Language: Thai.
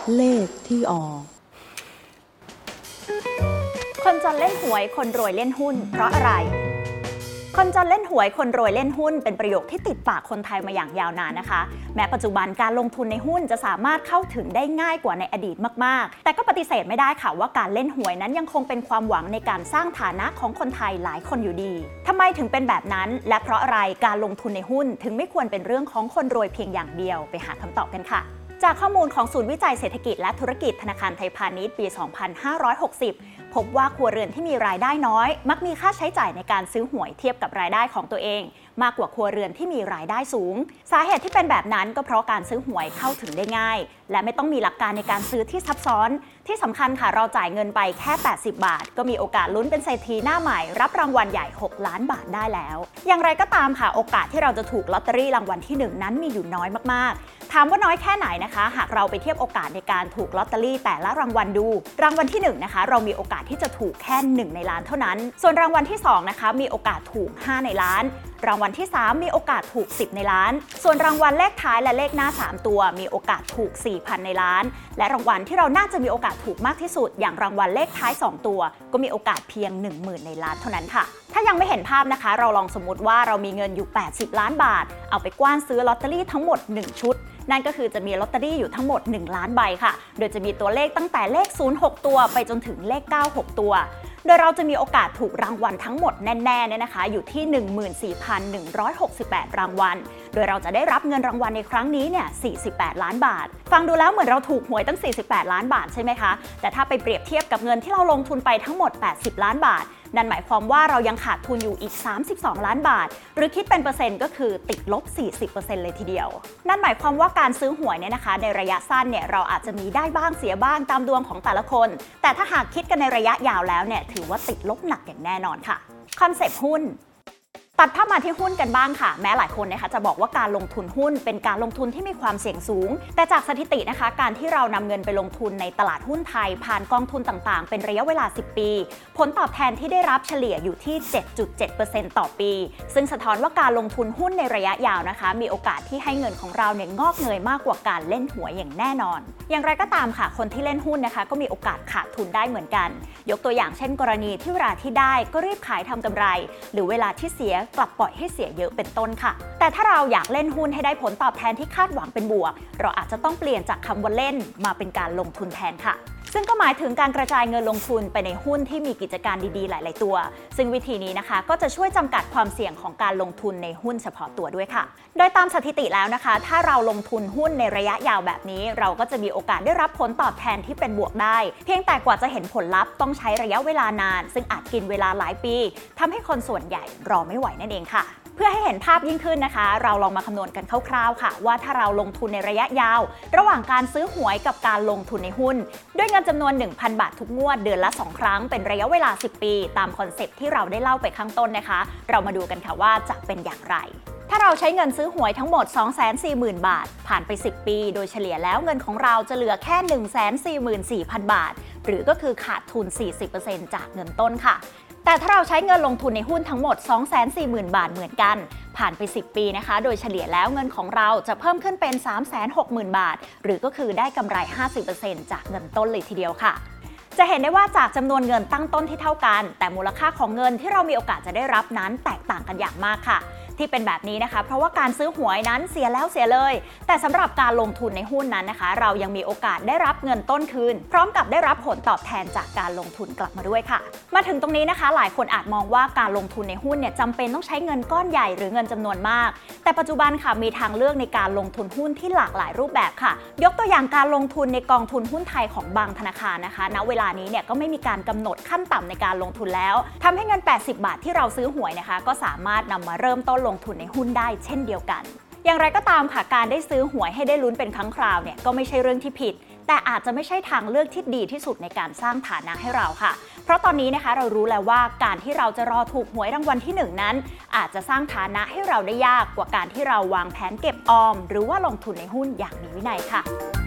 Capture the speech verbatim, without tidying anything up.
เลขที่ออกคนจนเล่นหวยคนรวยเล่นหุ้นเพราะอะไรคนจนเล่นหวยคนรวยเล่นหุ้นเป็นประโยคที่ติดปากคนไทยมาอย่างยาวนานนะคะแม้ปัจจุบันการลงทุนในหุ้นจะสามารถเข้าถึงได้ง่ายกว่าในอดีตมากๆแต่ก็ปฏิเสธไม่ได้ค่ะว่าการเล่นหวยนั้นยังคงเป็นความหวังในการสร้างฐานะของคนไทยหลายคนอยู่ดีทำไมถึงเป็นแบบนั้นและเพราะอะไรการลงทุนในหุ้นถึงไม่ควรเป็นเรื่องของคนรวยเพียงอย่างเดียวไปหาคำตอบกันค่ะจากข้อมูลของศูนย์วิจัยเศรษฐกิจและธุรกิจธนาคารไทยพาณิชย์ปี สองพันห้าร้อยหกสิบ พบว่าครัวเรือนที่มีรายได้น้อยมักมีค่าใช้จ่ายในการซื้อหวยเทียบกับรายได้ของตัวเองมากกว่าครัวเรือนที่มีรายได้สูงสาเหตุที่เป็นแบบนั้นก็เพราะการซื้อหวยเข้าถึงได้ง่ายและไม่ต้องมีหลักการในการซื้อที่ซับซ้อนที่สำคัญค่ะเราจ่ายเงินไปแค่แปดสิบบาทก็มีโอกาสลุ้นเป็นเศรษฐีหน้าใหม่รับรางวัลใหญ่หกล้านบาทได้แล้วอย่างไรก็ตามค่ะโอกาสที่เราจะถูกลอตเตอรี่รางวัลที่หนึ่งนั้นมีอยู่น้อยมากๆถามว่าน้อยแค่ไหนนะคะหากเราไปเทียบโอกาสในการถูกลอตเตอรี่แต่ละรางวัลดูรางวัลที่หนึ่งนะคะเรามีโอกาสที่จะถูกแค่หนึ่งในล้านเท่านั้นส่วนรางวัลที่สองนะคะมีโอกาสถูกห้าในล้านรางวัลที่สามมีโอกาสถูกสิบในล้านส่วนรางวัลเลขท้ายและเลขหน้าสามตัวมีโอกาสถูก สี่พัน ในล้านและรางวัลที่เราน่าจะมีโอกาสถูกมากที่สุดอย่างรางวัลเลขท้ายสองตัวก็มีโอกาสเพียง หนึ่งหมื่น ในล้านเท่านั้นค่ะถ้ายังไม่เห็นภาพนะคะเราลองสมมติว่าเรามีเงินอยู่แปดสิบล้านบาทเอาไปกว้านซื้อลอตเตอรี่ทั้งหมดหนึ่งชุดนั่นก็คือจะมีลอตเตอรี่อยู่ทั้งหมดหนึ่งล้านใบค่ะโดยจะมีตัวเลขตั้งแต่เลขศูนย์ หกตัวไปจนถึงเลขเก้า หกตัวโดยเราจะมีโอกาสถูกรางวัลทั้งหมดแน่ๆเนี่ยนะคะอยู่ที่ หนึ่งหมื่นสี่พันหนึ่งร้อยหกสิบแปด รางวัลโดยเราจะได้รับเงินรางวัลในครั้งนี้เนี่ยสี่สิบแปดล้านบาทฟังดูแล้วเหมือนเราถูกหวยตั้งสี่สิบแปดล้านบาทใช่ไหมคะแต่ถ้าไปเปรียบเทียบกับเงินที่เราลงทุนไปทั้งหมดแปดสิบล้านบาทนั่นหมายความว่าเรายังขาดทุนอยู่อีกสามสิบสองล้านบาทหรือคิดเป็นเปอร์เซ็นต์ก็คือติดลบ สี่สิบเปอร์เซ็นต์ เลยทีเดียวนั่นหมายความว่าการซื้อหวยเนี่ยนะคะในระยะสั้นเนี่ยเราอาจจะมีได้บ้างเสียบ้างตามดวงของแต่ละคนแต่ถ้าหากคิดกันในระยะยาวแล้วเนี่ยถือว่าติดลบหนักอย่างแน่นอนค่ะคอนเซปต์หุ้นตัดภาพมาที่หุ้นกันบ้างค่ะแม้หลายคนนะคะจะบอกว่าการลงทุนหุ้นเป็นการลงทุนที่มีความเสี่ยงสูงแต่จากสถิตินะคะการที่เรานำเงินไปลงทุนในตลาดหุ้นไทยผ่านกองทุนต่างๆเป็นระยะเวลาสิบปีผลตอบแทนที่ได้รับเฉลี่ยอยู่ที่ เจ็ดจุดเจ็ดเปอร์เซ็นต์ ต่อปีซึ่งสะท้อนว่าการลงทุนหุ้นในระยะยาวนะคะมีโอกาสที่ให้เงินของเราเนี่ยงอกเงยมากกว่าการเล่นหวยอย่างแน่นอนอย่างไรก็ตามค่ะคนที่เล่นหุ้นนะคะก็มีโอกาสขาดทุนได้เหมือนกันยกตัวอย่างเช่นกรณีที่เวลาที่ได้ก็รีบขายทำกำไรหรือเวลาที่เสียกลับปล่อยให้เสียเยอะเป็นต้นค่ะแต่ถ้าเราอยากเล่นหุ้นให้ได้ผลตอบแทนที่คาดหวังเป็นบวกเราอาจจะต้องเปลี่ยนจากคำว่าเล่นมาเป็นการลงทุนแทนค่ะซึ่งก็หมายถึงการกระจายเงินลงทุนไปในหุ้นที่มีกิจการดีๆหลายๆตัวซึ่งวิธีนี้นะคะก็จะช่วยจำกัดความเสี่ยงของการลงทุนในหุ้นเฉพาะตัวด้วยค่ะโดยตามสถิติแล้วนะคะถ้าเราลงทุนหุ้นในระยะยาวแบบนี้เราก็จะมีโอกาสได้รับผลตอบแทนที่เป็นบวกได้เพียงแต่กว่าจะเห็นผลลัพธ์ต้องใช้ระยะเวลานานซึ่งอาจกินเวลาหลายปีทำให้คนส่วนใหญ่รอไม่ไหวนั่นเองค่ะเพื่อให้เห็นภาพยิ่งขึ้นนะคะเราลองมาคำนวณกันคร่าวๆค่ะว่าถ้าเราลงทุนในระยะยาวระหว่างการซื้อหวยกับการลงทุนในหุ้นด้วยเงินจำนวน หนึ่งพัน บาททุกงวดเดือนละสองครั้งเป็นระยะเวลาสิบปีตามคอนเซ็ปต์ที่เราได้เล่าไปข้างต้นนะคะเรามาดูกันค่ะว่าจะเป็นอย่างไรถ้าเราใช้เงินซื้อหวยทั้งหมด สองแสนสี่หมื่น บาทผ่านไปสิบปีโดยเฉลี่ยแล้วเงินของเราจะเหลือแค่ หนึ่งแสนสี่หมื่นสี่พัน บาทหรือก็คือขาดทุน สี่สิบเปอร์เซ็นต์ จากเงินต้นค่ะแต่ถ้าเราใช้เงินลงทุนในหุ้นทั้งหมด สองแสนสี่หมื่น บาทเหมือนกันผ่านไปสิบปีนะคะโดยเฉลี่ยแล้วเงินของเราจะเพิ่มขึ้นเป็น สามแสนหกหมื่น บาทหรือก็คือได้กำไร ห้าสิบเปอร์เซ็นต์ จากเงินต้นเลยทีเดียวค่ะจะเห็นได้ว่าจากจำนวนเงินตั้งต้นที่เท่ากันแต่มูลค่าของเงินที่เรามีโอกาสจะได้รับนั้นแตกต่างกันอย่างมากค่ะที่เป็นแบบนี้นะคะเพราะว่าการซื้อหวยนั้นเสียแล้วเสียเลยแต่สำหรับการลงทุนในหุ้นนั้นนะคะเรายังมีโอกาสได้รับเงินต้นคืนพร้อมกับได้รับผลตอบแทนจากการลงทุนกลับมาด้วยค่ะมาถึงตรงนี้นะคะหลายคนอาจมองว่าการลงทุนในหุ้นเนี่ยจำเป็นต้องใช้เงินก้อนใหญ่หรือเงินจำนวนมากแต่ปัจจุบันค่ะมีทางเลือกในการลงทุนหุ้นที่หลากหลายรูปแบบค่ะยกตัวอย่างการลงทุนในกองทุนหุ้นไทยของบางธนาคารนะคะณเวลานี้เนี่ยก็ไม่มีการกำหนดขั้นต่ำในการลงทุนแล้วทำให้เงินแปดสิบบาทที่เราซื้อหวยนะคะก็สามารถนำมาเริ่มต้นลงทุนในหุ้นได้เช่นเดียวกันอย่างไรก็ตามค่ะการได้ซื้อหวยให้ได้ลุ้นเป็นครั้งคราวเนี่ยก็ไม่ใช่เรื่องที่ผิดแต่อาจจะไม่ใช่ทางเลือกที่ดีที่สุดในการสร้างฐานะให้เราค่ะเพราะตอนนี้นะคะเรารู้แล้วว่าการที่เราจะรอถูกหวยรางวัลที่หนึ่งนั้นอาจจะสร้างฐานะให้เราได้ยากกว่าการที่เราวางแผนเก็บออมหรือว่าลงทุนในหุ้นอย่างมีวินัยค่ะ